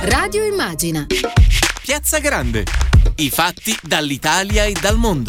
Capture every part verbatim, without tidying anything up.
Radio Immagina. Piazza Grande. I fatti dall'Italia e dal mondo.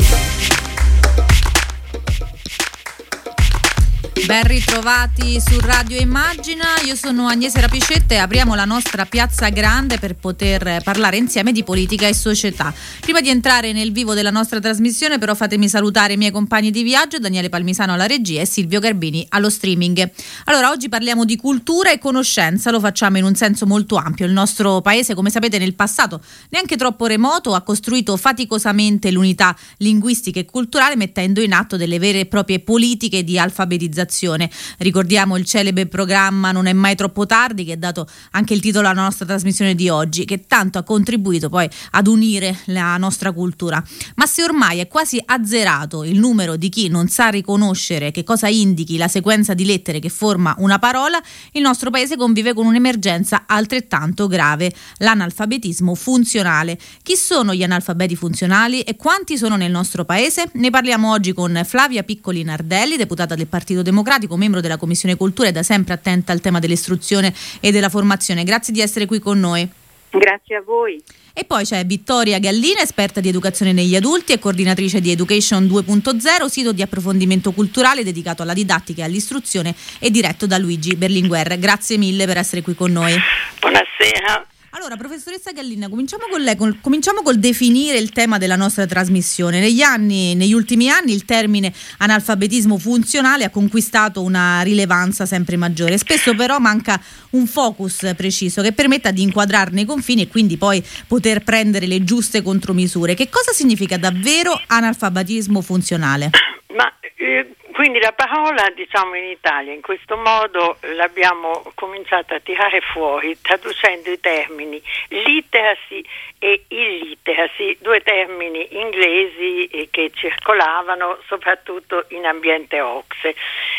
Ben ritrovati su Radio Immagina, io sono Agnese Rapicetta e apriamo la nostra Piazza Grande per poter parlare insieme di politica e società. Prima di entrare nel vivo della nostra trasmissione però fatemi salutare i miei compagni di viaggio, Daniele Palmisano alla regia e Silvio Garbini allo streaming. Allora, oggi parliamo di cultura e conoscenza, lo facciamo in un senso molto ampio. Il nostro paese, come sapete, nel passato neanche troppo remoto ha costruito faticosamente l'unità linguistica e culturale, mettendo in atto delle vere e proprie politiche di alfabetizzazione. Ricordiamo il celebre programma Non è mai troppo tardi, che ha dato anche il titolo alla nostra trasmissione di oggi, che tanto ha contribuito poi ad unire la nostra cultura. Ma se ormai è quasi azzerato il numero di chi non sa riconoscere che cosa indichi la sequenza di lettere che forma una parola, il nostro paese convive con un'emergenza altrettanto grave: l'analfabetismo funzionale. Chi sono gli analfabeti funzionali e quanti sono nel nostro paese? Ne parliamo oggi con Flavia Piccoli Nardelli, deputata del Partito Democratico, membro della Commissione Cultura e da sempre attenta al tema dell'istruzione e della formazione. Grazie di essere qui con noi. Grazie a voi. E poi c'è Vittoria Gallina, esperta di educazione negli adulti e coordinatrice di Education due punto zero, sito di approfondimento culturale dedicato alla didattica e all'istruzione e diretto da Luigi Berlinguer. Grazie mille per essere qui con noi. Buonasera. Allora, professoressa Gallina, cominciamo con lei, col, cominciamo col definire il tema della nostra trasmissione. Negli anni, negli ultimi anni il termine analfabetismo funzionale ha conquistato una rilevanza sempre maggiore. Spesso però manca un focus preciso che permetta di inquadrarne i confini e quindi poi poter prendere le giuste contromisure. Che cosa significa davvero analfabetismo funzionale? Ma eh, quindi la parola, diciamo, in Italia in questo modo l'abbiamo cominciata a tirare fuori traducendo i termini literacy e illiteracy, due termini inglesi eh, che circolavano soprattutto in ambiente OCSE.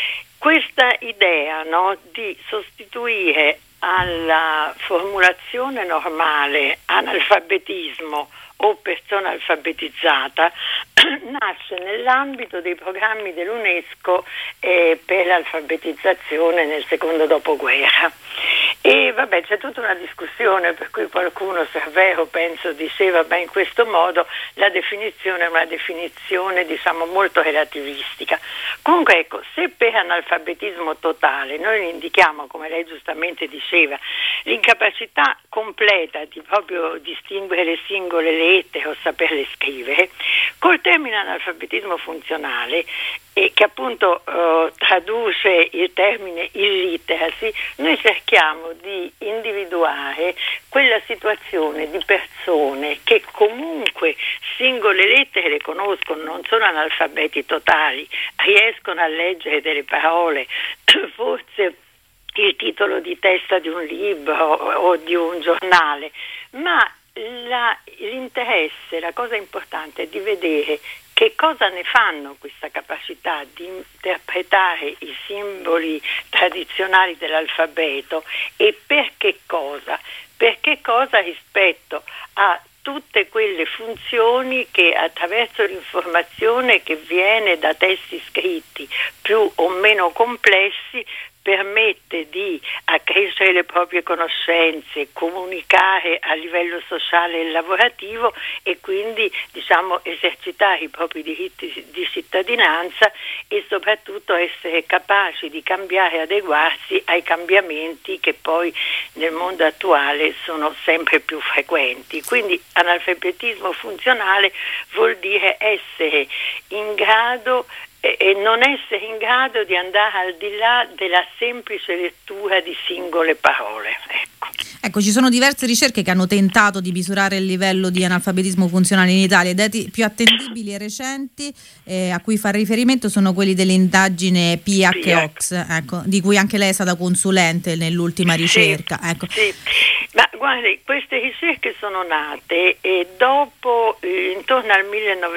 Questa idea, no, di sostituire alla formulazione normale analfabetismo o persona alfabetizzata nasce nell'ambito dei programmi dell'UNESCO eh, per l'alfabetizzazione nel secondo dopoguerra. E vabbè, c'è tutta una discussione per cui qualcuno, Servero penso, diceva beh, in questo modo la definizione è una definizione diciamo molto relativistica. Comunque ecco, se per analfabetismo totale noi indichiamo, come lei giustamente diceva, l'incapacità completa di proprio distinguere le singole lettere o saperle scrivere, col termine analfabetismo funzionale, e che appunto eh, traduce il termine illiteracy, noi cerchiamo di individuare quella situazione di persone che comunque singole lettere le conoscono, non sono analfabeti totali, riescono a leggere delle parole, forse il titolo di testa di un libro o di un giornale, ma la, l'interesse, la cosa importante è di vedere che cosa ne fanno questa capacità di interpretare i simboli tradizionali dell'alfabeto e per che cosa? Per che cosa rispetto a tutte quelle funzioni che attraverso l'informazione che viene da testi scritti più o meno complessi permette di accrescere le proprie conoscenze, comunicare a livello sociale e lavorativo e quindi diciamo esercitare i propri diritti di cittadinanza e soprattutto essere capaci di cambiare e adeguarsi ai cambiamenti che poi nel mondo attuale sono sempre più frequenti. Quindi analfabetismo funzionale vuol dire essere in grado e non essere in grado di andare al di là della semplice lettura di singole parole. Ecco. Ecco, ci sono diverse ricerche che hanno tentato di misurare il livello di analfabetismo funzionale in Italia. I dati più attendibili e recenti eh, a cui fa riferimento sono quelli dell'indagine P H O C S, ecco, di cui anche lei è stata consulente nell'ultima ricerca. Sì, ecco. sì. Ma guardi, queste ricerche sono nate e dopo, eh, intorno al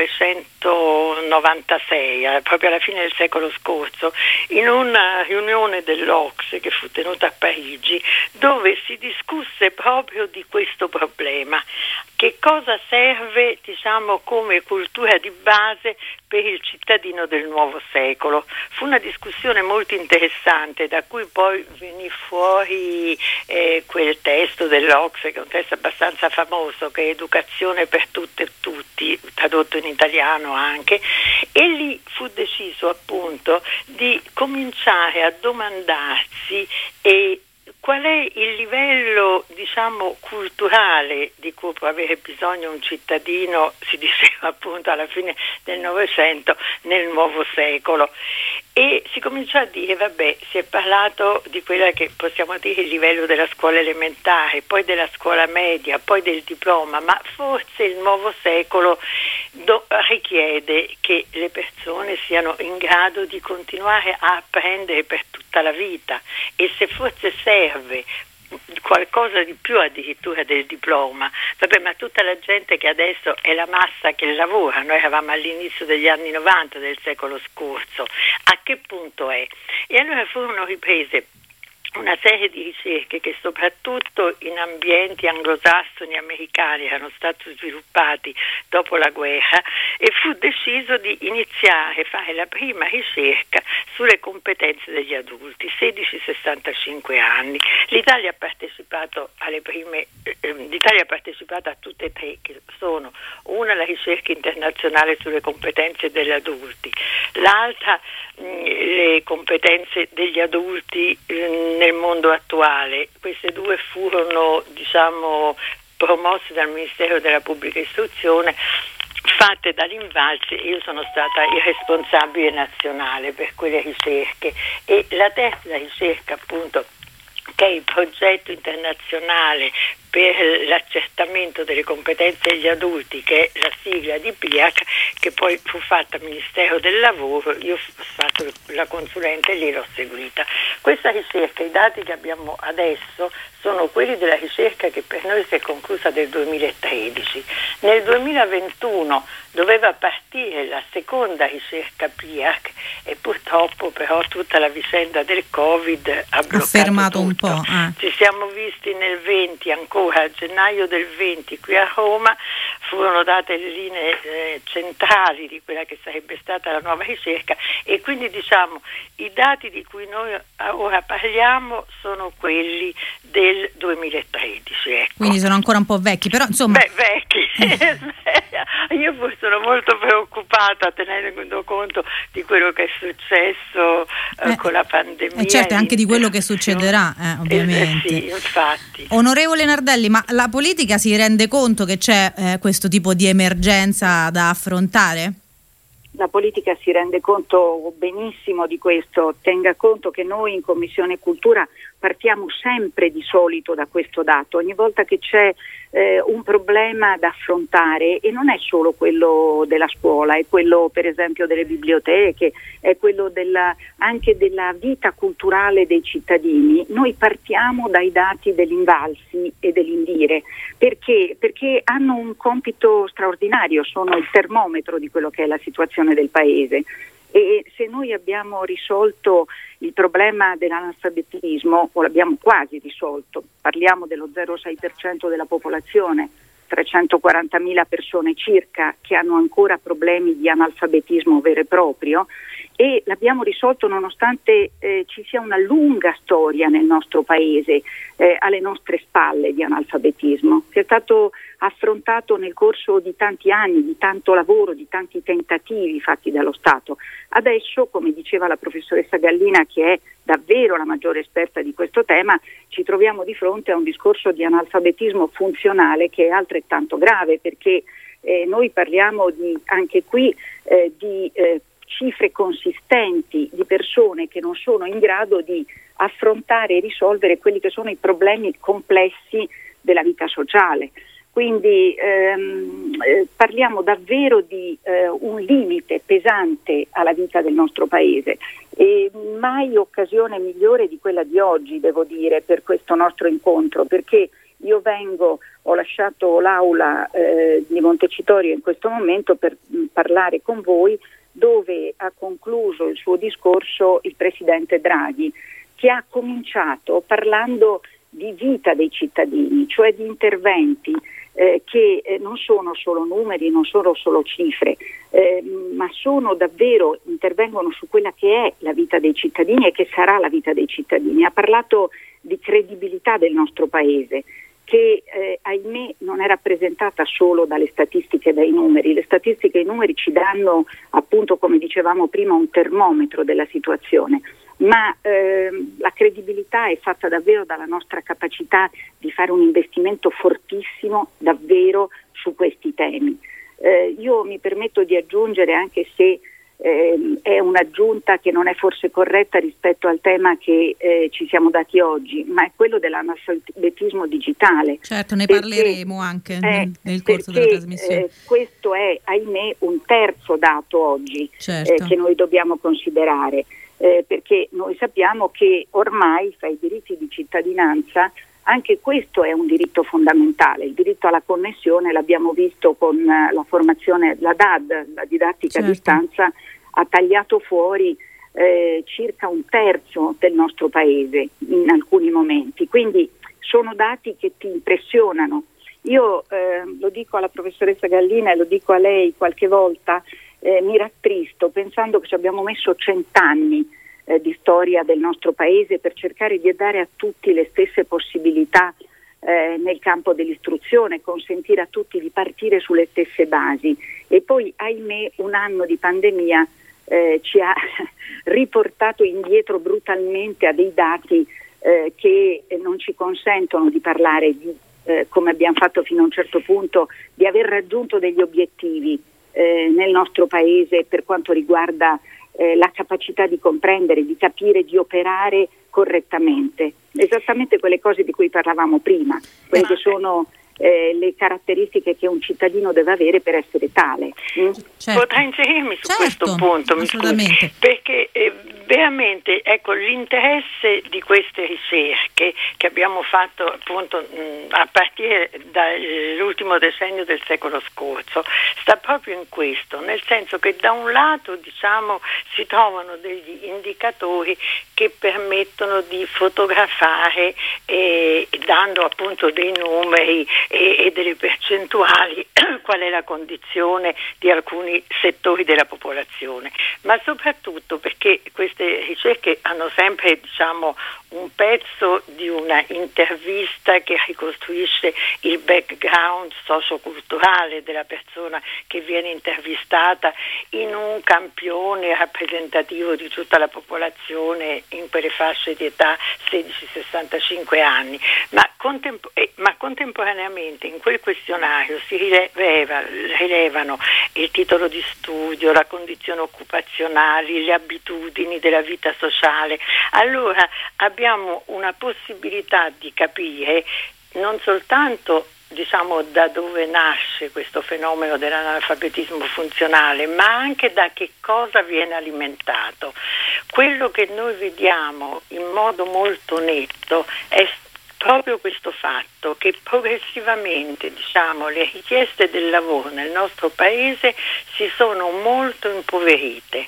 millenovecentonovantasei, eh, proprio alla fine del secolo scorso, in una riunione dell'OCSE che fu tenuta a Parigi, dove si discusse proprio di questo problema. Che cosa serve, diciamo, come cultura di base per il cittadino del nuovo secolo? Fu una discussione molto interessante, da cui poi venì fuori eh, quel testo dell'O C S E, che è un test abbastanza famoso, che è Educazione per tutte e tutti, tradotto in italiano anche, e lì fu deciso appunto di cominciare a domandarsi e qual è il livello, diciamo, culturale di cui può avere bisogno un cittadino, si diceva appunto alla fine del Novecento, nel nuovo secolo. E si cominciò a dire, vabbè, si è parlato di quella che possiamo dire il livello della scuola elementare, poi della scuola media, poi del diploma, ma forse il nuovo secolo do, richiede che le persone siano in grado di continuare a apprendere per tutta la vita, e se forse serve qualcosa di più addirittura del diploma, vabbè, ma tutta la gente che adesso è la massa che lavora, noi eravamo all'inizio degli anni novanta del secolo scorso, a che punto è? E allora furono riprese una serie di ricerche che soprattutto in ambienti anglosassoni americani erano stati sviluppati dopo la guerra, e fu deciso di iniziare a fare la prima ricerca sulle competenze degli adulti sedici sessantacinque anni. L'Italia ha partecipato alle prime eh, l'Italia ha partecipato a tutte e tre, che sono una la ricerca internazionale sulle competenze degli adulti, l'altra mh, le competenze degli adulti mh, nel mondo attuale. Queste due furono, diciamo, promosse dal Ministero della Pubblica Istruzione, fatte dall'Invalsi, e io sono stata il responsabile nazionale per quelle ricerche. E la terza ricerca, appunto, che è il progetto internazionale per l'accertamento delle competenze degli adulti, che è la sigla di P I A C, che poi fu fatta al Ministero del Lavoro, io ho fatto la consulente e lì l'ho seguita. Questa ricerca, i dati che abbiamo adesso sono quelli della ricerca che per noi si è conclusa nel duemilatredici. Nel duemilaventuno doveva partire la seconda ricerca P I A C, e purtroppo però tutta la vicenda del Covid ha bloccato, ha fermato tutto. Un po'. Eh. Ci siamo visti nel venti, ancora a gennaio del venti qui a Roma furono date le linee eh, centrali di quella che sarebbe stata la nuova ricerca, e quindi diciamo i dati di cui noi ora parliamo sono quelli del duemilatredici. Ecco. Quindi sono ancora un po' vecchi, però insomma... Beh, vecchi. Io poi sono molto preoccupata tenendo conto di quello che è successo eh, eh, con la pandemia. E certo, anche di quello che succederà, eh, ovviamente. Eh, sì, infatti. Onorevole Nardelli, ma la politica si rende conto che c'è eh, questo tipo di emergenza da affrontare? La politica si rende conto benissimo di questo. Tenga conto che noi in Commissione Cultura partiamo sempre di solito da questo dato. Ogni volta che c'è eh, un problema da affrontare, e non è solo quello della scuola, è quello per esempio delle biblioteche, è quello della, anche della vita culturale dei cittadini, noi partiamo dai dati dell'Invalsi e dell'Indire. Perché? Perché hanno un compito straordinario, sono il termometro di quello che è la situazione del Paese. E se noi abbiamo risolto il problema dell'analfabetismo, o l'abbiamo quasi risolto, parliamo dello zero virgola sei per cento della popolazione, trecentoquarantamila persone circa che hanno ancora problemi di analfabetismo vero e proprio, e l'abbiamo risolto nonostante eh, ci sia una lunga storia nel nostro Paese eh, alle nostre spalle di analfabetismo, che è stato affrontato nel corso di tanti anni, di tanto lavoro, di tanti tentativi fatti dallo Stato. Adesso, come diceva la professoressa Gallina, che è davvero la maggiore esperta di questo tema, ci troviamo di fronte a un discorso di analfabetismo funzionale che è altrettanto grave, perché eh, noi parliamo di, anche qui eh, di eh, cifre consistenti di persone che non sono in grado di affrontare e risolvere quelli che sono i problemi complessi della vita sociale. Quindi ehm, eh, parliamo davvero di eh, un limite pesante alla vita del nostro Paese, e mai occasione migliore di quella di oggi, devo dire, per questo nostro incontro, perché io vengo, ho lasciato l'aula eh, di Montecitorio in questo momento per mh, parlare con voi, dove ha concluso il suo discorso il Presidente Draghi, che ha cominciato parlando di vita dei cittadini, cioè di interventi eh, che eh, non sono solo numeri, non sono solo cifre, eh, ma sono davvero, intervengono su quella che è la vita dei cittadini e che sarà la vita dei cittadini. Ha parlato di credibilità del nostro Paese, che eh, ahimè non è rappresentata solo dalle statistiche e dai numeri. Le statistiche e i numeri ci danno, appunto, come dicevamo prima, un termometro della situazione, ma eh, la credibilità è fatta davvero dalla nostra capacità di fare un investimento fortissimo davvero su questi temi. Eh, io mi permetto di aggiungere, anche se Eh, è un'aggiunta che non è forse corretta rispetto al tema che eh, ci siamo dati oggi, ma è quello dell'analfabetismo digitale. Certo, ne perché, parleremo anche eh, nel corso perché, della trasmissione. Eh, questo è, ahimè, un terzo dato oggi certo. eh, che noi dobbiamo considerare, eh, perché noi sappiamo che ormai fra i diritti di cittadinanza anche questo è un diritto fondamentale. Il diritto alla connessione, l'abbiamo visto con la formazione, la D A D, la didattica certo. a distanza, ha tagliato fuori eh, circa un terzo del nostro paese in alcuni momenti. Quindi sono dati che ti impressionano. Io eh, lo dico alla professoressa Gallina e lo dico a lei qualche volta, eh, mi rattristo pensando che ci abbiamo messo cent'anni di storia del nostro paese per cercare di dare a tutti le stesse possibilità eh, nel campo dell'istruzione, consentire a tutti di partire sulle stesse basi, e poi ahimè un anno di pandemia eh, ci ha riportato indietro brutalmente a dei dati eh, che non ci consentono di parlare di, eh, come abbiamo fatto fino a un certo punto, di aver raggiunto degli obiettivi eh, nel nostro paese per quanto riguarda Eh, la capacità di comprendere, di capire, di operare correttamente. Esattamente quelle cose di cui parlavamo prima, quelle che sono eh, le caratteristiche che un cittadino deve avere per essere tale. Mm? Certo. Potrei inserirmi su certo, questo punto, mi scusi, perché eh, veramente ecco, l'interesse di queste ricerche che abbiamo fatto appunto mh, a partire dall'ultimo decennio del secolo scorso sta proprio in questo, nel senso che da un lato diciamo si trovano degli indicatori che permettono di fotografare eh, dando appunto dei numeri e, e delle percentuali qual è la condizione di alcuni settori della popolazione, ma soprattutto perché queste ricerche hanno sempre diciamo un pezzo di una intervista che ricostruisce il background socioculturale della persona che viene intervistata in un campione rappresentativo di tutta la popolazione in quelle fasce di età sedici sessantacinque anni, ma, contempo- eh, ma contemporaneamente in quel questionario si rileva, rilevano il titolo di studio, la condizione occupazionale, le abitudini della vita sociale. Allora abbiamo una possibilità di capire non soltanto diciamo da dove nasce questo fenomeno dell'analfabetismo funzionale, ma anche da che cosa viene alimentato. Quello che noi vediamo in modo molto netto è proprio questo fatto che progressivamente diciamo, le richieste del lavoro nel nostro paese si sono molto impoverite.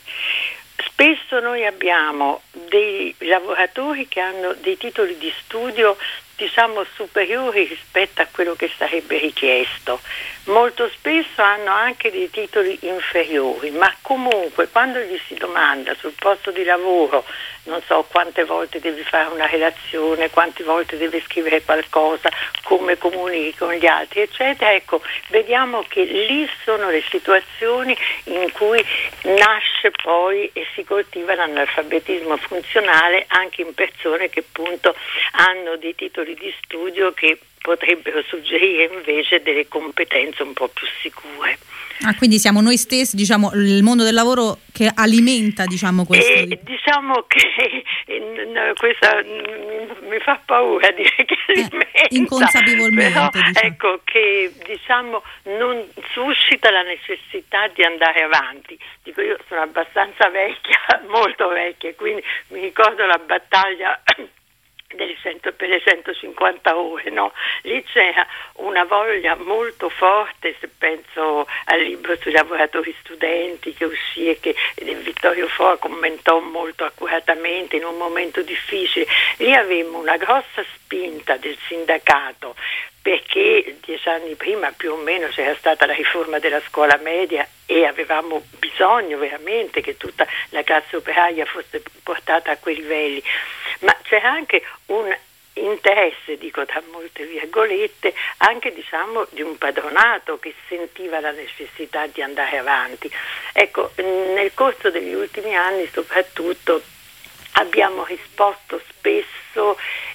Spesso noi abbiamo dei lavoratori che hanno dei titoli di studio diciamo superiori rispetto a quello che sarebbe richiesto. Molto spesso hanno anche dei titoli inferiori, ma comunque quando gli si domanda sul posto di lavoro, non so quante volte devi fare una relazione, quante volte devi scrivere qualcosa, come comunichi con gli altri, eccetera, ecco, vediamo che lì sono le situazioni in cui nasce poi e si coltiva l'analfabetismo funzionale anche in persone che appunto hanno dei titoli di studio che potrebbero suggerire invece delle competenze un po' più sicure. Ah, quindi siamo noi stessi, diciamo, il mondo del lavoro che alimenta, diciamo, questo. E diciamo che no, questa mi, mi fa paura dire che alimenta, eh, inconsapevolmente, però, diciamo. ecco che diciamo non suscita la necessità di andare avanti. Dico, io sono abbastanza vecchia, molto vecchia, quindi mi ricordo la battaglia delle cento, per le centocinquanta ore, no? Lì c'era una voglia molto forte, se penso al libro sui lavoratori studenti che uscì e che Vittorio Fora commentò molto accuratamente in un momento difficile. Lì avevamo una grossa spinta del sindacato perché dieci anni prima più o meno c'era stata la riforma della scuola media e avevamo bisogno veramente che tutta la classe operaia fosse portata a quei livelli, ma c'era anche un in, interesse, dico tra molte virgolette, anche diciamo di un padronato che sentiva la necessità di andare avanti. Ecco, nel corso degli ultimi anni soprattutto abbiamo risposto spesso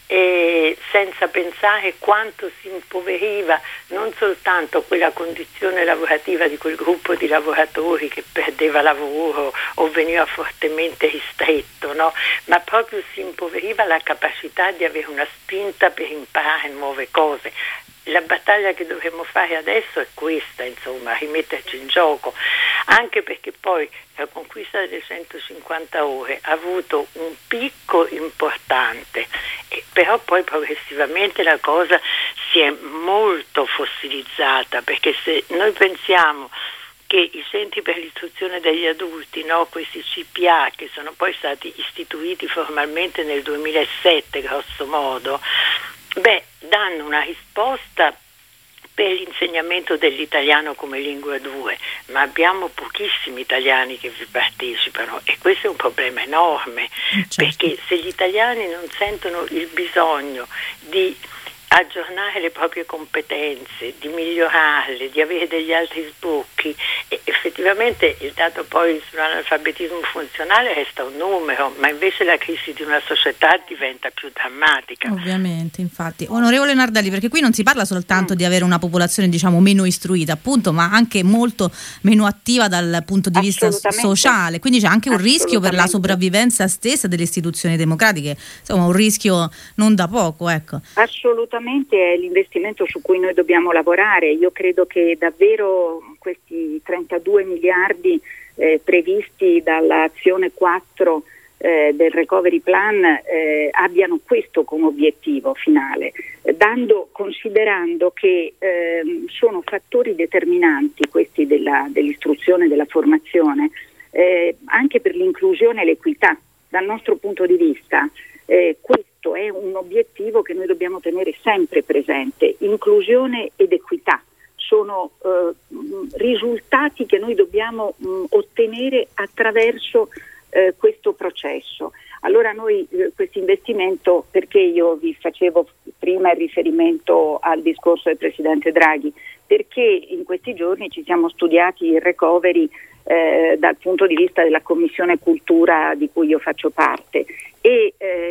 eh, senza pensare quanto si impoveriva non soltanto quella condizione lavorativa di quel gruppo di lavoratori che perdeva lavoro o veniva fortemente ristretto, no? Ma proprio si impoveriva la capacità di avere una spinta per imparare nuove cose. La battaglia che dovremmo fare adesso è questa, insomma, rimetterci in gioco, anche perché poi la conquista delle centocinquanta ore ha avuto un picco importante, e però poi progressivamente la cosa si è molto fossilizzata, perché se noi pensiamo che i centri per l'istruzione degli adulti, no, questi C P A, che sono poi stati istituiti formalmente nel duemilasette grosso modo, beh, danno una risposta per l'insegnamento dell'italiano come lingua due, ma abbiamo pochissimi italiani che vi partecipano e questo è un problema enorme, certo. Perché se gli italiani non sentono il bisogno di aggiornare le proprie competenze, di migliorarle, di avere degli altri sbocchi, e effettivamente il dato poi sull'analfabetismo funzionale resta un numero, ma invece la crisi di una società diventa più drammatica. Ovviamente, infatti. Onorevole Nardelli, perché qui non si parla soltanto mm. di avere una popolazione diciamo meno istruita, appunto, ma anche molto meno attiva dal punto di vista sociale, quindi c'è anche un rischio per la sopravvivenza stessa delle istituzioni democratiche, insomma un rischio non da poco, ecco. Assolutamente. È l'investimento su cui noi dobbiamo lavorare. Io credo che davvero questi trentadue miliardi eh, previsti dall'azione quattro eh, del Recovery Plan eh, abbiano questo come obiettivo finale, dando, considerando che eh, sono fattori determinanti questi della, dell'istruzione e della formazione eh, anche per l'inclusione e l'equità. Dal nostro punto di vista eh, questo è un obiettivo che noi dobbiamo tenere sempre presente. Inclusione ed equità sono eh, risultati che noi dobbiamo mh, ottenere attraverso eh, questo processo. Allora noi eh, questo investimento, perché io vi facevo prima il riferimento al discorso del Presidente Draghi, perché in questi giorni ci siamo studiati il recovery Eh, dal punto di vista della Commissione Cultura di cui io faccio parte e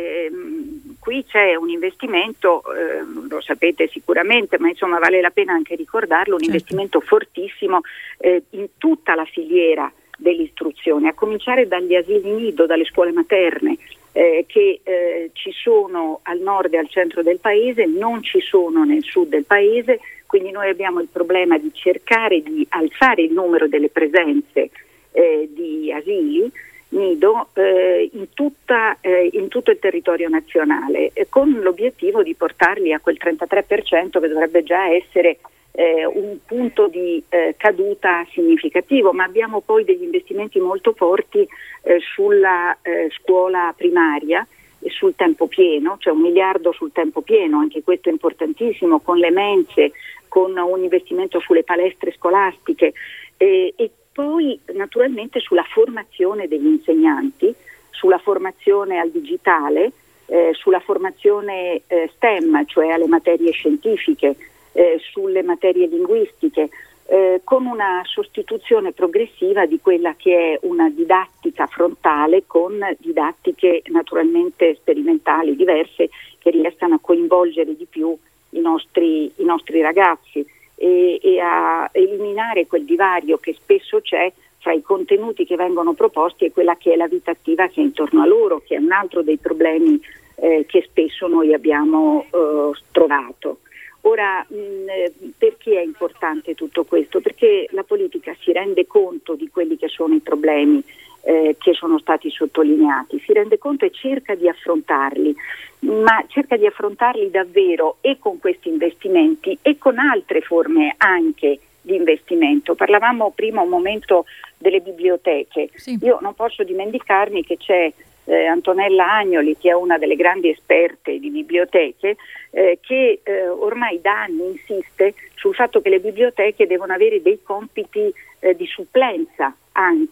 ehm, qui c'è un investimento, eh, lo sapete sicuramente, ma insomma vale la pena anche ricordarlo, un certo. investimento fortissimo eh, in tutta la filiera dell'istruzione, a cominciare dagli asili nido, dalle scuole materne eh, che eh, ci sono al nord e al centro del paese, non ci sono nel sud del paese. Quindi noi abbiamo il problema di cercare di alzare il numero delle presenze eh, di asili nido eh, in, tutta, eh, in tutto il territorio nazionale, eh, con l'obiettivo di portarli a quel trentatré per cento che dovrebbe già essere eh, un punto di eh, caduta significativo, ma abbiamo poi degli investimenti molto forti eh, sulla eh, scuola primaria e sul tempo pieno, cioè un miliardo sul tempo pieno, anche questo è importantissimo, con le mense, con un investimento sulle palestre scolastiche eh, e poi naturalmente sulla formazione degli insegnanti, sulla formazione al digitale, eh, sulla formazione eh, STEM, cioè alle materie scientifiche, eh, sulle materie linguistiche, eh, con una sostituzione progressiva di quella che è una didattica frontale con didattiche naturalmente sperimentali diverse che riescano a coinvolgere di più i nostri, i nostri ragazzi e, e a eliminare quel divario che spesso c'è fra i contenuti che vengono proposti e quella che è la vita attiva che è intorno a loro, che è un altro dei problemi eh, che spesso noi abbiamo eh, trovato. Ora, mh, perché è importante tutto questo? Perché la politica si rende conto di quelli che sono i problemi eh, che sono stati sottolineati, si rende conto e cerca di affrontarli, ma cerca di affrontarli davvero e con questi investimenti e con altre forme anche di investimento. Parlavamo prima un momento delle biblioteche. Sì. Io non posso dimenticarmi che c'è Eh, Antonella Agnoli, che è una delle grandi esperte di biblioteche, eh, che eh, ormai da anni insiste sul fatto che le biblioteche devono avere dei compiti eh, di supplenza anche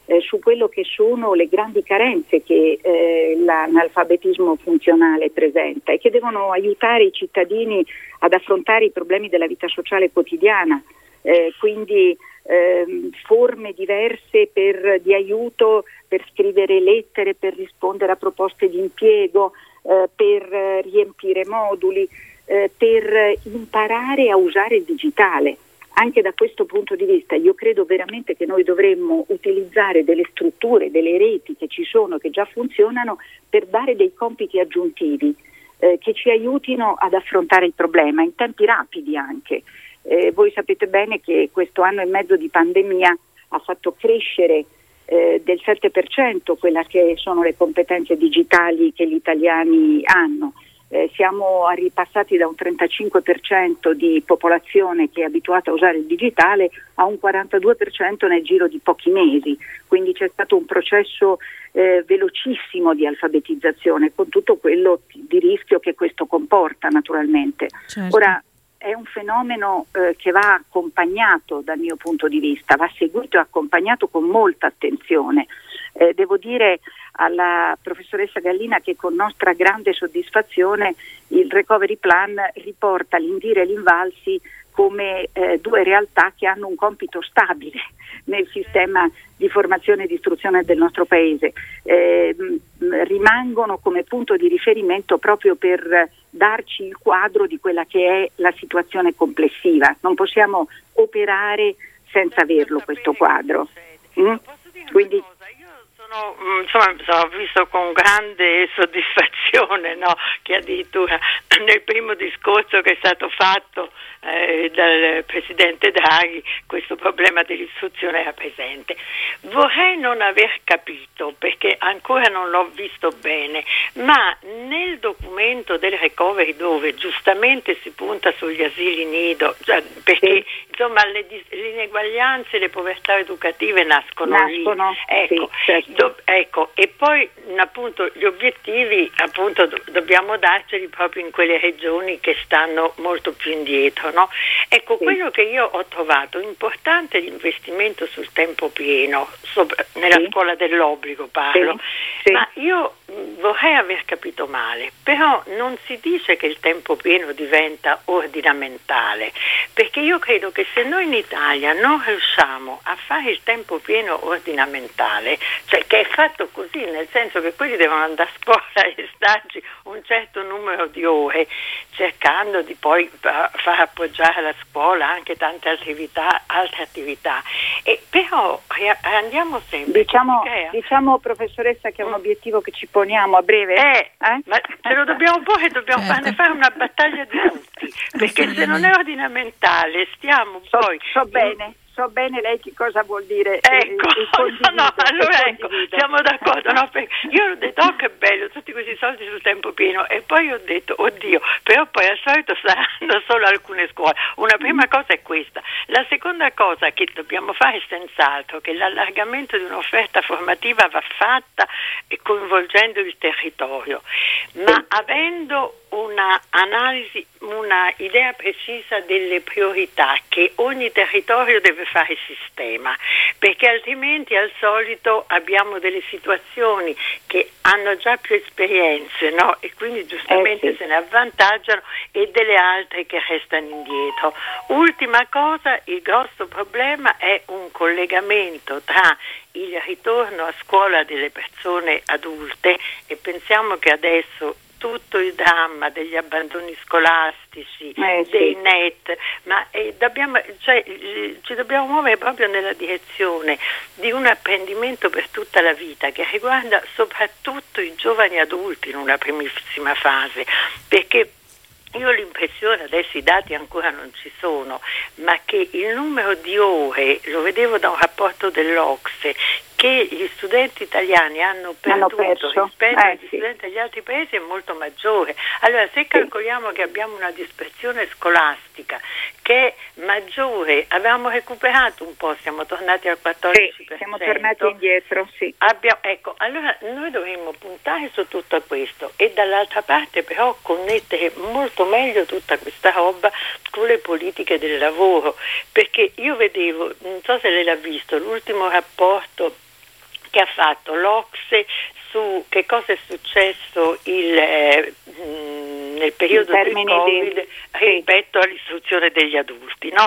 eh, su quello che sono le grandi carenze che eh, l'analfabetismo funzionale presenta e che devono aiutare i cittadini ad affrontare i problemi della vita sociale quotidiana, eh, quindi eh, forme diverse per, di aiuto per scrivere lettere, per rispondere a proposte di impiego, eh, per riempire moduli, eh, per imparare a usare il digitale. Anche da questo punto di vista io credo veramente che noi dovremmo utilizzare delle strutture, delle reti che ci sono, che già funzionano, per dare dei compiti aggiuntivi eh, che ci aiutino ad affrontare il problema in tempi rapidi anche. Eh, voi sapete bene che questo anno e mezzo di pandemia ha fatto crescere eh, del sette per cento quella che sono le competenze digitali che gli italiani hanno. Eh, siamo ripassati da un trentacinque per cento di popolazione che è abituata a usare il digitale a un quarantadue per cento nel giro di pochi mesi, quindi c'è stato un processo eh, velocissimo di alfabetizzazione con tutto quello di rischio che questo comporta naturalmente. Certo. Ora è un fenomeno eh, che va accompagnato dal mio punto di vista, va seguito e accompagnato con molta attenzione. Eh, devo dire alla professoressa Gallina che con nostra grande soddisfazione il Recovery Plan riporta l'Indire e l'Invalsi come eh, due realtà che hanno un compito stabile nel sistema di formazione e di istruzione del nostro Paese. Eh, rimangono come punto di riferimento proprio per darci il quadro di quella che è la situazione complessiva. Non possiamo operare senza averlo questo quadro. Mm? Quindi Sono, insomma, ho visto con grande soddisfazione, no, che addirittura nel primo discorso che è stato fatto eh, dal Presidente Draghi questo problema dell'istruzione era presente. Vorrei non aver capito, perché ancora non l'ho visto bene, ma nel documento del recovery, dove giustamente si punta sugli asili nido, cioè, perché sì. insomma le, le ineguaglianze e le povertà educative nascono, nascono lì. Ecco, sì, certo. do, ecco, e poi appunto gli obiettivi appunto do, dobbiamo darceli proprio in quelle regioni che stanno molto più indietro, no? Ecco, sì. quello che io ho trovato importante è l'investimento sul tempo pieno, sopra, nella sì. scuola dell'obbligo parlo, sì. Sì. ma io vorrei aver capito male, però non si dice che il tempo pieno diventa ordinamentale, perché io credo che se noi in Italia non riusciamo a fare il tempo pieno ordinamentale, cioè che è fatto così, nel senso che quelli devono andare a scuola e starci un certo numero di ore, cercando di poi far appoggiare alla scuola anche tante attività, altre attività, e però andiamo sempre. Diciamo, diciamo professoressa che è un mm. obiettivo che ci poniamo a breve. Eh, eh? Ma ce lo dobbiamo porre, dobbiamo certo. farne fare una battaglia di tutti, perché se non è ordinamentale stiamo so, poi... So in... bene. So bene lei che cosa vuol dire. Ecco, eh, no, no, allora ecco, siamo d'accordo. No, io ho detto, oh che bello, tutti questi soldi sul tempo pieno, e poi ho detto, oddio, però poi al solito saranno solo alcune scuole. Una prima cosa è questa. La seconda cosa che dobbiamo fare è senz'altro che l'allargamento di un'offerta formativa va fatta coinvolgendo il territorio, ma avendo una analisi, una idea precisa delle priorità che ogni territorio deve fare sistema, perché altrimenti al solito abbiamo delle situazioni che hanno già più esperienze, no? E quindi giustamente eh sì. se ne avvantaggiano, e delle altre che restano indietro. Ultima cosa, il grosso problema è un collegamento tra il ritorno a scuola delle persone adulte, e pensiamo che adesso tutto il dramma degli abbandoni scolastici, eh, dei sì. net, ma eh, dobbiamo, cioè, ci dobbiamo muovere proprio nella direzione di un apprendimento per tutta la vita che riguarda soprattutto i giovani adulti in una primissima fase, perché io ho l'impressione, adesso i dati ancora non ci sono, ma che il numero di ore, lo vedevo da un rapporto dell'Ocse, che gli studenti italiani hanno perduto hanno rispetto eh, agli sì. studenti degli altri paesi è molto maggiore. Allora, se calcoliamo che abbiamo una dispersione scolastica che è maggiore, avevamo recuperato un po', siamo tornati al quattordici per cento. Sì, siamo tornati indietro, sì. Abbiamo, ecco, allora noi dovremmo puntare su tutto questo, e dall'altra parte però connettere molto meglio tutta questa roba con le politiche del lavoro, perché io vedevo, non so se lei l'ha visto, l'ultimo rapporto che ha fatto l'Ocse su che cosa è successo il, eh, mh, nel periodo del Covid di... rispetto all'istruzione degli adulti, no?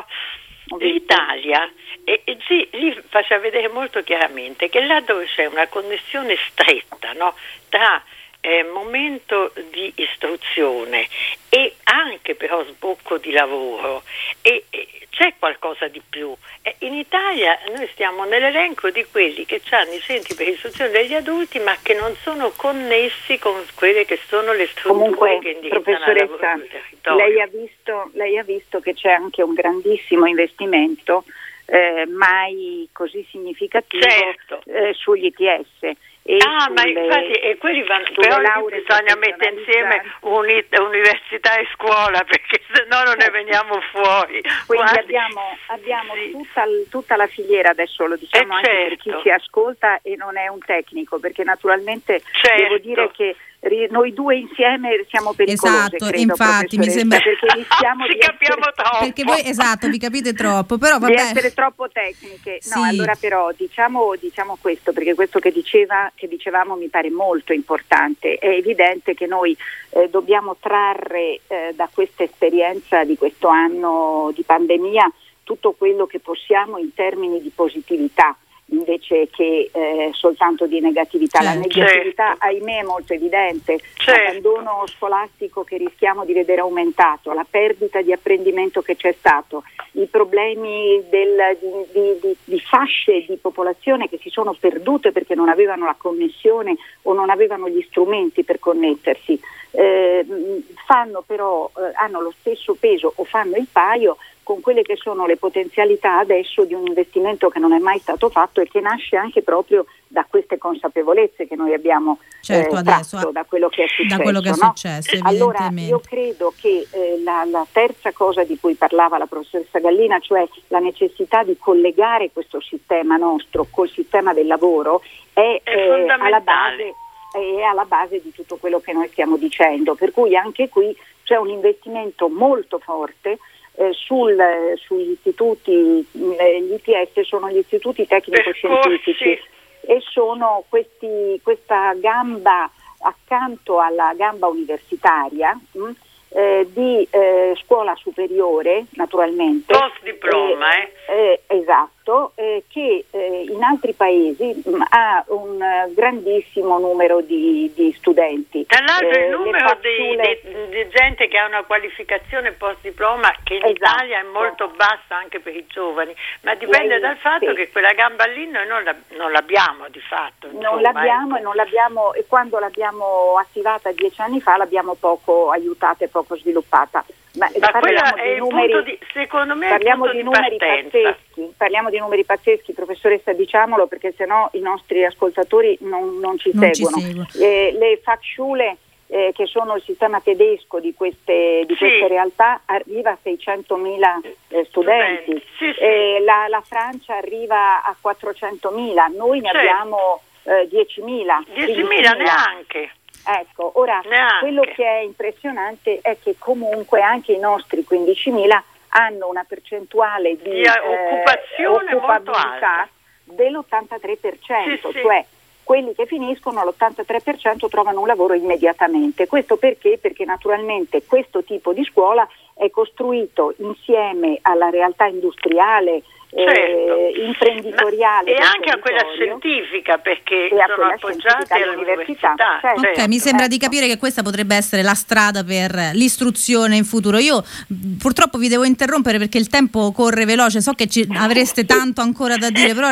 L'Italia e, e sì, lì faceva vedere molto chiaramente che là dove c'è una connessione stretta, no, tra eh, momento di istruzione e anche però sbocco di lavoro e, e c'è qualcosa di più. E in Italia noi stiamo nell'elenco di quelli che hanno i centri per l'istruzione degli adulti ma che non sono connessi con quelle che sono le strutture. Comunque, che indirizzano al lavoro sul territorio. Lei ha visto, lei ha visto che c'è anche un grandissimo investimento eh, mai così significativo certo. eh, sugli I T S. E ah, sulle, ma infatti e quelli vanno, però bisogna mettere insieme uni, università e scuola perché se no non ne veniamo fuori. Quindi Quasi. abbiamo, abbiamo sì. tutta, tutta la filiera, adesso lo diciamo eh anche certo. per chi ci ascolta e non è un tecnico, perché naturalmente certo. devo dire che noi due insieme siamo pericolose, esatto, credo, infatti mi sembra perché rischiamo ci di capiamo essere... troppo perché voi esatto vi capite troppo, però vabbè. di essere troppo tecniche. Sì. No, allora però diciamo, diciamo questo, perché questo che diceva che dicevamo mi pare molto importante. È evidente che noi eh, dobbiamo trarre eh, da questa esperienza di questo anno di pandemia tutto quello che possiamo in termini di positività invece che eh, soltanto di negatività. Certo. La negatività ahimè è molto evidente, certo. l'abbandono scolastico che rischiamo di vedere aumentato, la perdita di apprendimento che c'è stato, i problemi del, di, di, di, di fasce di popolazione che si sono perdute perché non avevano la connessione o non avevano gli strumenti per connettersi, eh, fanno però, eh, hanno lo stesso peso o fanno il paio con quelle che sono le potenzialità adesso di un investimento che non è mai stato fatto e che nasce anche proprio da queste consapevolezze che noi abbiamo certo, eh, adesso, tratto da quello che è successo. Da quello che è no? successo Allora io credo che eh, la, la terza cosa di cui parlava la professoressa Gallina, cioè la necessità di collegare questo sistema nostro col sistema del lavoro, è, è eh, alla base è alla base di tutto quello che noi stiamo dicendo, per cui anche qui c'è un investimento molto forte Eh, sul, eh, sugli istituti, eh, gli I T S sono gli istituti tecnico-scientifici e sono questi, questa gamba accanto alla gamba universitaria mh, eh, di eh, scuola superiore naturalmente. Post diploma, eh, eh, esatto, eh, che eh, in altri paesi mh, ha un uh, grandissimo numero di, di studenti. Tra l'altro eh, il numero fattule... di, di, di gente che ha una qualificazione post diploma che in esatto. Italia è molto bassa anche per i giovani, ma dipende Lei, dal fatto sì. che quella gamba lì noi non, la, non l'abbiamo di fatto. Insomma, non l'abbiamo ecco. e non l'abbiamo e quando l'abbiamo attivata dieci anni fa l'abbiamo poco aiutata e poco sviluppata. Ma, ma quello di è il numeri, punto di, secondo me parliamo è il di, punto numeri di partenza. pazzeschi, parliamo di numeri pazzeschi, professoressa, diciamolo perché sennò i nostri ascoltatori non, non ci non seguono. Ci seguo. eh, le Fachschule eh, che sono il sistema tedesco di queste, di sì. queste realtà arriva a seicentomila eh, studenti, Sì, sì. Eh, la, la Francia arriva a quattrocentomila, noi ne Certo. abbiamo eh, diecimila. diecimila neanche. Ecco, ora Neanche. quello che è impressionante è che comunque anche i nostri quindicimila hanno una percentuale di, Di occupazione eh, molto occupabilità alta. dell'ottantatré per cento, Sì, sì. cioè quelli che finiscono all'ottantatré per cento trovano un lavoro immediatamente. Questo perché? Perché naturalmente questo tipo di scuola è costruito insieme alla realtà industriale, Certo. eh, imprenditoriale e anche a quella territorio, scientifica perché e a sono quella appoggiati scientifica all'università. all'università. Certo. Ok, Certo. mi sembra ecco. di capire che questa potrebbe essere la strada per l'istruzione in futuro. Io mh, purtroppo vi devo interrompere perché il tempo corre veloce, so che ci avreste tanto ancora da dire, però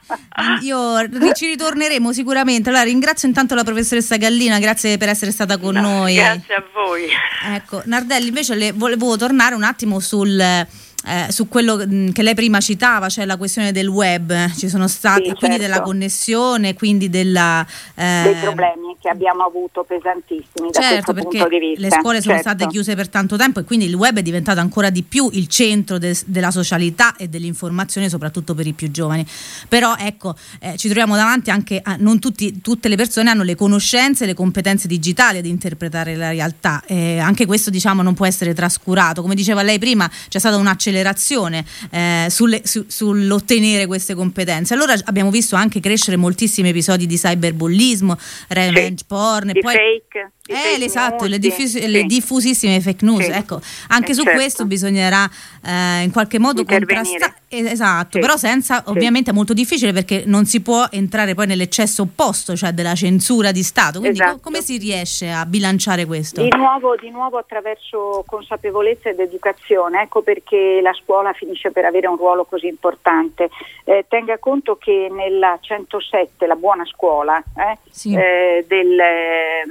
ri- io ri- ci ritorneremo sicuramente. Allora ringrazio intanto la professoressa Gallina, grazie per essere stata con No, noi. Grazie a voi. Ecco, Nardelli, invece le volevo tornare un attimo sul Eh, su quello mh, che lei prima citava, cioè la questione del web. Ci sono stati Sì, quindi certo. della connessione, quindi della eh, dei problemi che abbiamo avuto pesantissimi da certo, questo perché punto di vista. le scuole sono certo. state chiuse per tanto tempo e quindi il web è diventato ancora di più il centro de- della socialità e dell'informazione, soprattutto per i più giovani. Però ecco, eh, ci troviamo davanti anche a non tutti, tutte le persone hanno le conoscenze e le competenze digitali ad interpretare la realtà, e anche questo diciamo non può essere trascurato. Come diceva lei prima, c'è stata un'accelerazione un'accelerazione eh, sulle, su, sull'ottenere queste competenze. Allora abbiamo visto anche crescere moltissimi episodi di cyberbullismo, revenge sì. porn, di poi fake, di eh, fake esatto, news, le, diffus- sì. le diffusissime fake news. Sì. Ecco, anche eh, su certo. questo bisognerà eh, in qualche modo contrastare. Esatto, sì. però senza, ovviamente è molto difficile, perché non si può entrare poi nell'eccesso opposto, cioè della censura di Stato. Quindi esatto. co- come si riesce a bilanciare questo? Di nuovo, di nuovo attraverso consapevolezza ed educazione, ecco perché la scuola finisce per avere un ruolo così importante. Eh, tenga conto che nella centosette, la buona scuola, eh, sì. eh, del, eh,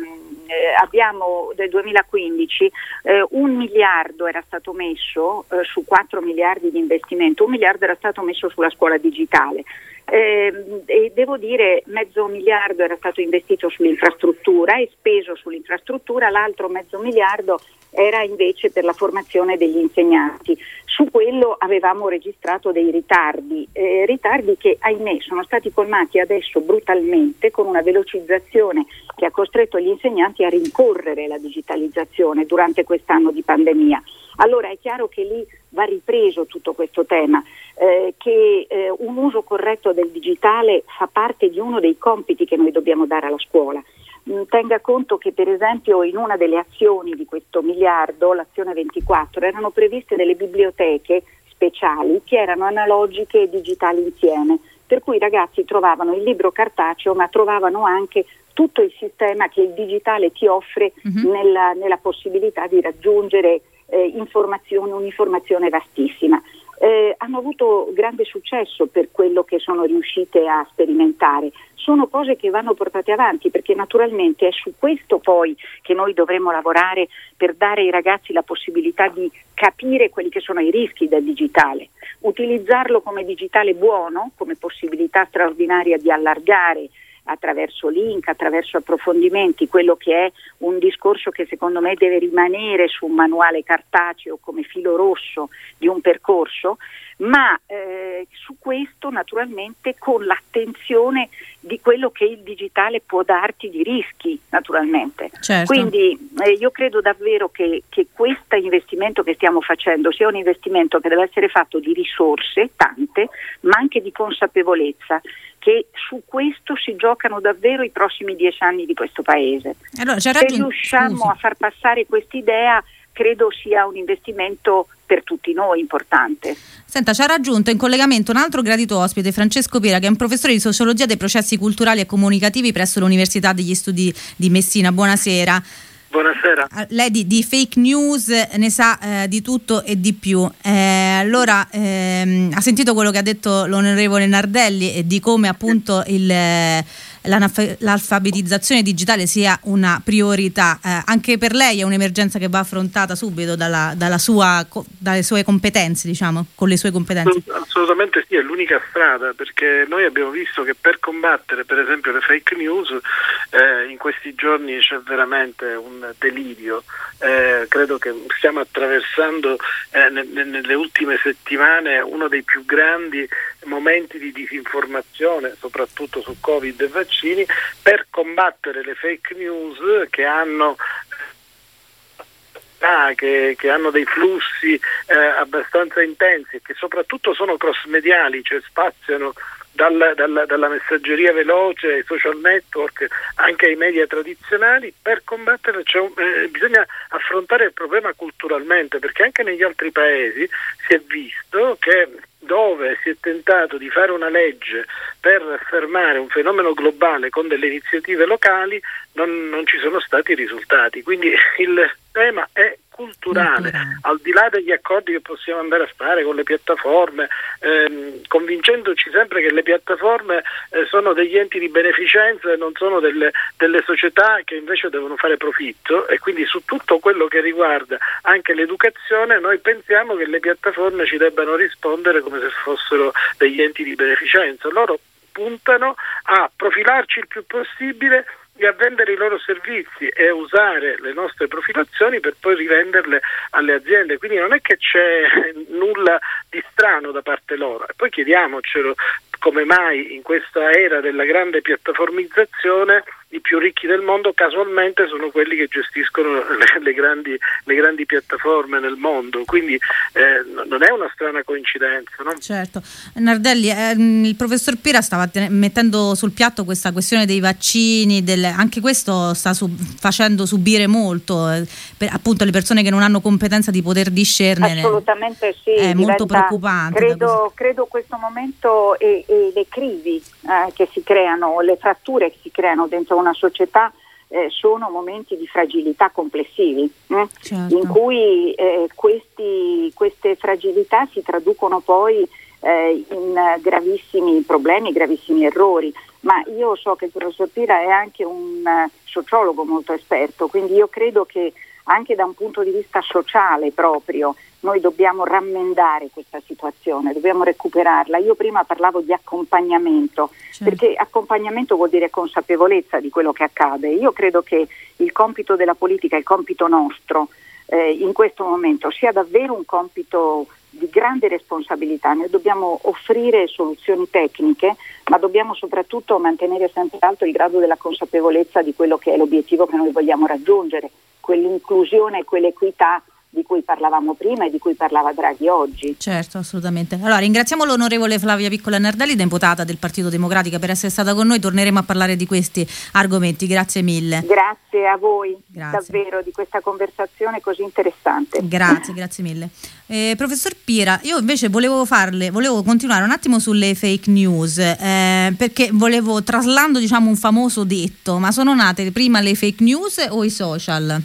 abbiamo del duemilaquindici eh, un miliardo era stato messo eh, su quattro miliardi di investimento, un miliardo era stato messo sulla scuola digitale. Eh, e devo dire mezzo miliardo era stato investito sull'infrastruttura e speso sull'infrastruttura, l'altro mezzo miliardo era invece per la formazione degli insegnanti. Su quello avevamo registrato dei ritardi, eh, ritardi che ahimè sono stati colmati adesso brutalmente con una velocizzazione che ha costretto gli insegnanti a rincorrere la digitalizzazione durante quest'anno di pandemia. Allora è chiaro che lì va ripreso tutto questo tema, eh, che eh, un uso corretto del digitale fa parte di uno dei compiti che noi dobbiamo dare alla scuola. Mm, tenga conto che per esempio in una delle azioni di questo miliardo, l'azione ventiquattro, erano previste delle biblioteche speciali che erano analogiche e digitali insieme, per cui i ragazzi trovavano il libro cartaceo ma trovavano anche tutto il sistema che il digitale ti offre mm-hmm. nella, nella possibilità di raggiungere Eh, informazione, un'informazione vastissima. Eh, hanno avuto grande successo per quello che sono riuscite a sperimentare. Sono cose che vanno portate avanti, perché naturalmente è su questo poi che noi dovremo lavorare per dare ai ragazzi la possibilità di capire quelli che sono i rischi del digitale, utilizzarlo come digitale buono, come possibilità straordinaria di allargare attraverso link, attraverso approfondimenti, quello che è un discorso che secondo me deve rimanere su un manuale cartaceo come filo rosso di un percorso, ma eh, su questo naturalmente con l'attenzione di quello che il digitale può darti di rischi, naturalmente. Certo. Quindi eh, io credo davvero che, che questo investimento che stiamo facendo sia un investimento che deve essere fatto di risorse, tante, ma anche di consapevolezza, che su questo si giocano davvero i prossimi dieci anni di questo Paese. Allora, c'è Se raggiun- riusciamo Scusi. a far passare quest'idea, credo sia un investimento per tutti noi importante. Senta, ci ha raggiunto in collegamento un altro gradito ospite, Francesco Pera, che è un professore di sociologia dei processi culturali e comunicativi presso l'Università degli Studi di Messina. Buonasera. Buonasera. Lei di, di fake news ne sa eh, di tutto e di più. Eh, allora, ehm, ha sentito quello che ha detto l'onorevole Nardelli e di come appunto il, eh, l'alfabetizzazione digitale sia una priorità. Eh, anche per lei è un'emergenza che va affrontata subito dalla, dalla sua, dalle sue competenze, diciamo, con le sue competenze? Assolutamente sì, è l'unica strada, perché noi abbiamo visto che per combattere per esempio le fake news eh, in questi giorni c'è veramente un delirio. Eh, credo che stiamo attraversando eh, ne, nelle ultime settimane uno dei più grandi momenti di disinformazione, soprattutto su Covid e vaccini, per combattere le fake news che hanno Ah, che, che hanno dei flussi eh, abbastanza intensi e che soprattutto sono cross mediali, cioè spaziano dalla, dalla, dalla messaggeria veloce ai social network anche ai media tradizionali. Per combatterle cioè, eh, bisogna affrontare il problema culturalmente, perché anche negli altri paesi si è visto che dove si è tentato di fare una legge per fermare un fenomeno globale con delle iniziative locali non, non ci sono stati risultati. Quindi il tema è culturale, al di là degli accordi che possiamo andare a fare con le piattaforme, ehm, convincendoci sempre che le piattaforme eh, sono degli enti di beneficenza e non sono delle, delle società che invece devono fare profitto, e quindi su tutto quello che riguarda anche l'educazione noi pensiamo che le piattaforme ci debbano rispondere come se fossero degli enti di beneficenza. Loro puntano a profilarci il più possibile e a vendere i loro servizi e a usare le nostre profilazioni per poi rivenderle alle aziende. Quindi non è che c'è nulla di strano da parte loro. E poi chiediamocelo, come mai in questa era della grande piattaformizzazione i più ricchi del mondo casualmente sono quelli che gestiscono le, le, grandi, le grandi piattaforme nel mondo, quindi eh, non è una strana coincidenza, no? Certo. Nardelli, eh, il professor Pira stava te- mettendo sul piatto questa questione dei vaccini, del, anche questo sta su- facendo subire molto eh, per, appunto le persone che non hanno competenza di poter discernere. Assolutamente sì, è diventa, molto preoccupante. Credo, credo questo momento e, e le crisi eh, che si creano, le fratture che si creano dentro una società eh, sono momenti di fragilità complessivi, eh? Certo. In cui eh, questi, queste fragilità si traducono poi eh, in gravissimi problemi, gravissimi errori. Ma io so che il professor Pira è anche un uh, sociologo molto esperto, quindi io credo che anche da un punto di vista sociale proprio noi dobbiamo rammendare questa situazione, dobbiamo recuperarla. Io prima parlavo di accompagnamento, certo. Perché accompagnamento vuol dire consapevolezza di quello che accade. Io credo che il compito della politica, il compito nostro eh, in questo momento sia davvero un compito di grande responsabilità. Noi dobbiamo offrire soluzioni tecniche, ma dobbiamo soprattutto mantenere sempre alto il grado della consapevolezza di quello che è l'obiettivo che noi vogliamo raggiungere, quell'inclusione e quell'equità di cui parlavamo prima e di cui parlava Draghi oggi. Certo, assolutamente. Allora ringraziamo l'onorevole Flavia Piccola Nardelli, deputata del Partito Democratico, per essere stata con noi. Torneremo a parlare di questi argomenti. Grazie mille. Grazie a voi, grazie. Davvero, di questa conversazione così interessante. Grazie, grazie mille. Eh, professor Pira, io invece volevo farle, volevo continuare un attimo sulle fake news, eh, perché volevo, traslando diciamo un famoso detto, ma sono nate prima le fake news o i social?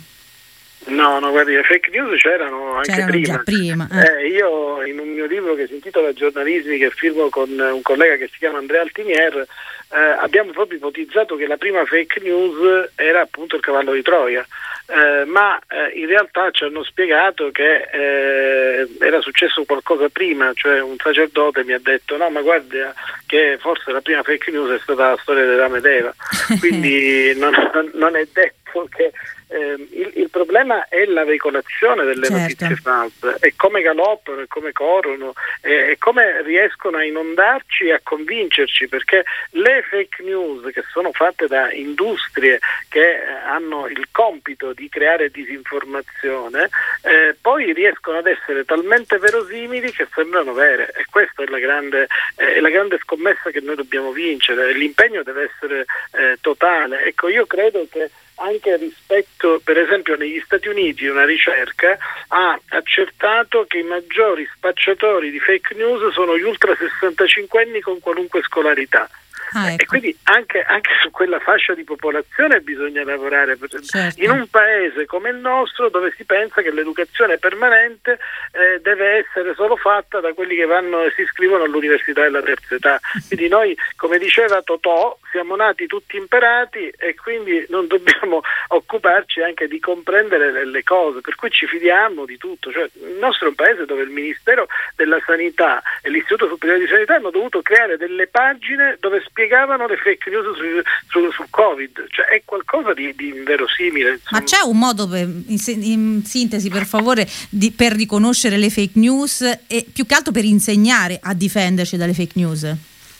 No, no, guardi, le fake news c'erano anche c'erano prima. Già prima. Eh. Eh, io in un mio libro che si intitola Giornalismi, che firmo con un collega che si chiama Andrea Altinier, eh, abbiamo proprio ipotizzato che la prima fake news era appunto il cavallo di Troia, eh, ma eh, in realtà ci hanno spiegato che eh, era successo qualcosa prima, cioè un sacerdote mi ha detto no, ma guarda che forse la prima fake news è stata la storia dell'Adamo ed Eva, quindi non, non, non è detto che Eh, il, il problema è la veicolazione delle certo. notizie false, e come galoppano e come corrono e, e come riescono a inondarci e a convincerci, perché le fake news che sono fatte da industrie che hanno il compito di creare disinformazione eh, poi riescono ad essere talmente verosimili che sembrano vere, e questa è la grande, eh, è la grande scommessa che noi dobbiamo vincere. L'impegno deve essere eh, totale. Ecco, io credo che anche rispetto, per esempio negli Stati Uniti una ricerca ha accertato che i maggiori spacciatori di fake news sono gli ultra sessantacinquenni con qualunque scolarità. Ah, ecco. E quindi anche, anche su quella fascia di popolazione bisogna lavorare. Certo. In un paese come il nostro, dove si pensa che l'educazione permanente eh, deve essere solo fatta da quelli che vanno e si iscrivono all'università della terza età. Quindi noi, come diceva Totò, siamo nati tutti imparati e quindi non dobbiamo occuparci anche di comprendere le, le cose, per cui ci fidiamo di tutto. Cioè, il nostro è un paese dove il Ministero della Sanità e l'Istituto Superiore di Sanità hanno dovuto creare delle pagine dove spiegavano le fake news su, su, su Covid, cioè è qualcosa di, di inverosimile. Insomma. Ma c'è un modo, per, in, in sintesi per favore, di, per riconoscere le fake news e più che altro per insegnare a difenderci dalle fake news?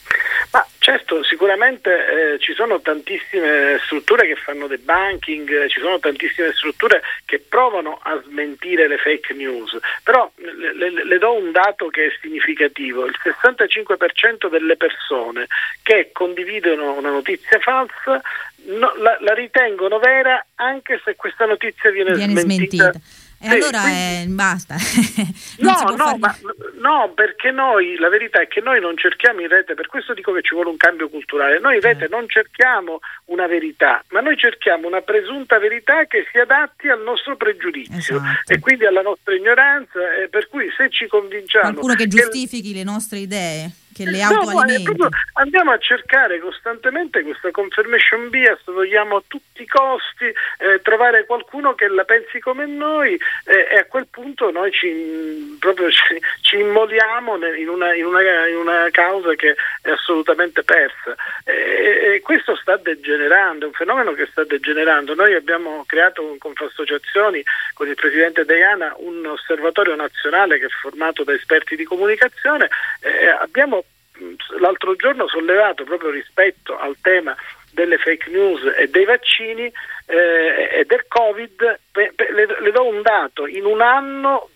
Ma certo, sicuramente eh, ci sono tantissime strutture che fanno debunking, eh, ci sono tantissime strutture che provano a smentire le fake news, però le, le, le do un dato che è significativo: il sessantacinque per cento delle persone che condividono una notizia falsa no, la, la ritengono vera anche se questa notizia viene, viene smentita. smentita. E sì, allora quindi, eh, basta. no, no, ma, no, perché noi, la verità è che noi non cerchiamo in rete, per questo dico che ci vuole un cambio culturale, noi in rete eh. non cerchiamo una verità, ma noi cerchiamo una presunta verità che si adatti al nostro pregiudizio, esatto. E quindi alla nostra ignoranza, e per cui se ci convinciamo... Qualcuno che giustifichi che le nostre idee, che le autoalimenti. No, andiamo a cercare costantemente questa confirmation bias, vogliamo a tutti i costi eh, trovare qualcuno che la pensi come noi eh, e a quel punto noi ci, proprio ci, ci immoliamo in una, in, una, in una causa che è assolutamente persa e, e questo sta degenerando, è un fenomeno che sta degenerando. Noi abbiamo creato con Confassociazioni, con il presidente Deiana, un osservatorio nazionale che è formato da esperti di comunicazione, eh, abbiamo l'altro giorno sollevato proprio rispetto al tema delle fake news e dei vaccini eh, e del Covid. Pe, pe, le, le do un dato: in un anno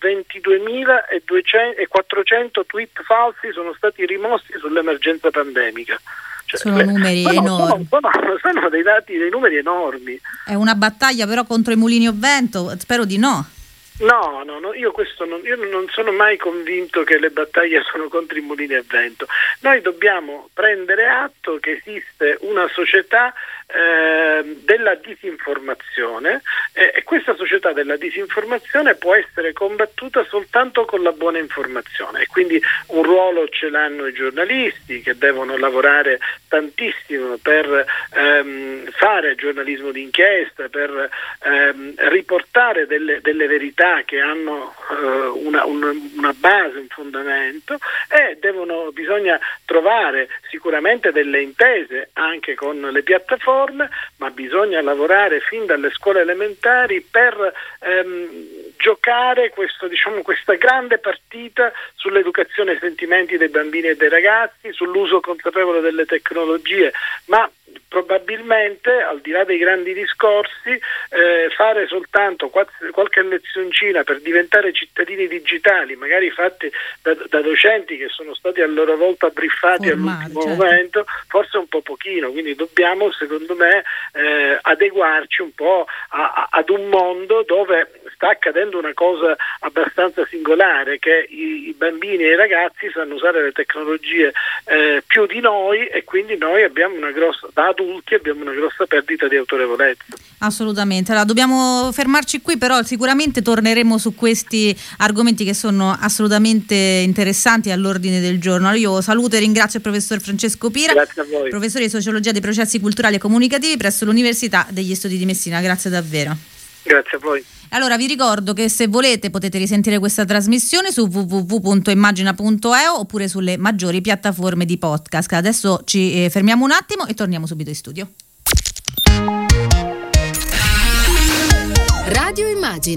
ventiduemilaquattrocento tweet falsi sono stati rimossi sull'emergenza pandemica. Cioè, sono le, numeri sono, enormi. Sono, sono, sono dei dati, dei numeri enormi. È una battaglia però contro i mulini a vento? Spero di no. No, no, no, io questo non, io non sono mai convinto che le battaglie sono contro i mulini a vento. Noi dobbiamo prendere atto che esiste una società eh, della disinformazione eh, e questa società della disinformazione può essere combattuta soltanto con la buona informazione, e quindi un ruolo ce l'hanno i giornalisti, che devono lavorare tantissimo per ehm, fare giornalismo d'inchiesta, per ehm, riportare delle, delle verità che hanno uh, una, una, una base, un fondamento, e devono, bisogna trovare sicuramente delle intese anche con le piattaforme, ma bisogna lavorare fin dalle scuole elementari per ehm, giocare questo, diciamo, questa grande partita sull'educazione ai sentimenti dei bambini e dei ragazzi, sull'uso consapevole delle tecnologie, ma probabilmente, al di là dei grandi discorsi, eh, fare soltanto qualche, qualche lezioncina per diventare cittadini digitali, magari fatti da, da docenti che sono stati a loro volta briffati Formale, all'ultimo certo. momento, forse un po' pochino. Quindi dobbiamo, secondo me, eh, adeguarci un po' a, a, ad un mondo dove sta accadendo una cosa abbastanza singolare, che i, i bambini e i ragazzi sanno usare le tecnologie eh, più di noi, e quindi noi abbiamo una grossa, da adulti abbiamo una grossa perdita di autorevolezza. Assolutamente. Allora, dobbiamo fermarci qui, però sicuramente torneremo su questi argomenti che sono assolutamente interessanti all'ordine del giorno. Io saluto e ringrazio il professor Francesco Pira, Grazie a voi. professore di sociologia dei processi culturali e comunicativi presso l'Università degli Studi di Messina. Grazie davvero. Grazie a voi. Allora vi ricordo che se volete potete risentire questa trasmissione su w w w punto immagina punto e u oppure sulle maggiori piattaforme di podcast. Adesso ci eh, fermiamo un attimo e torniamo subito in studio. Radio Immagina.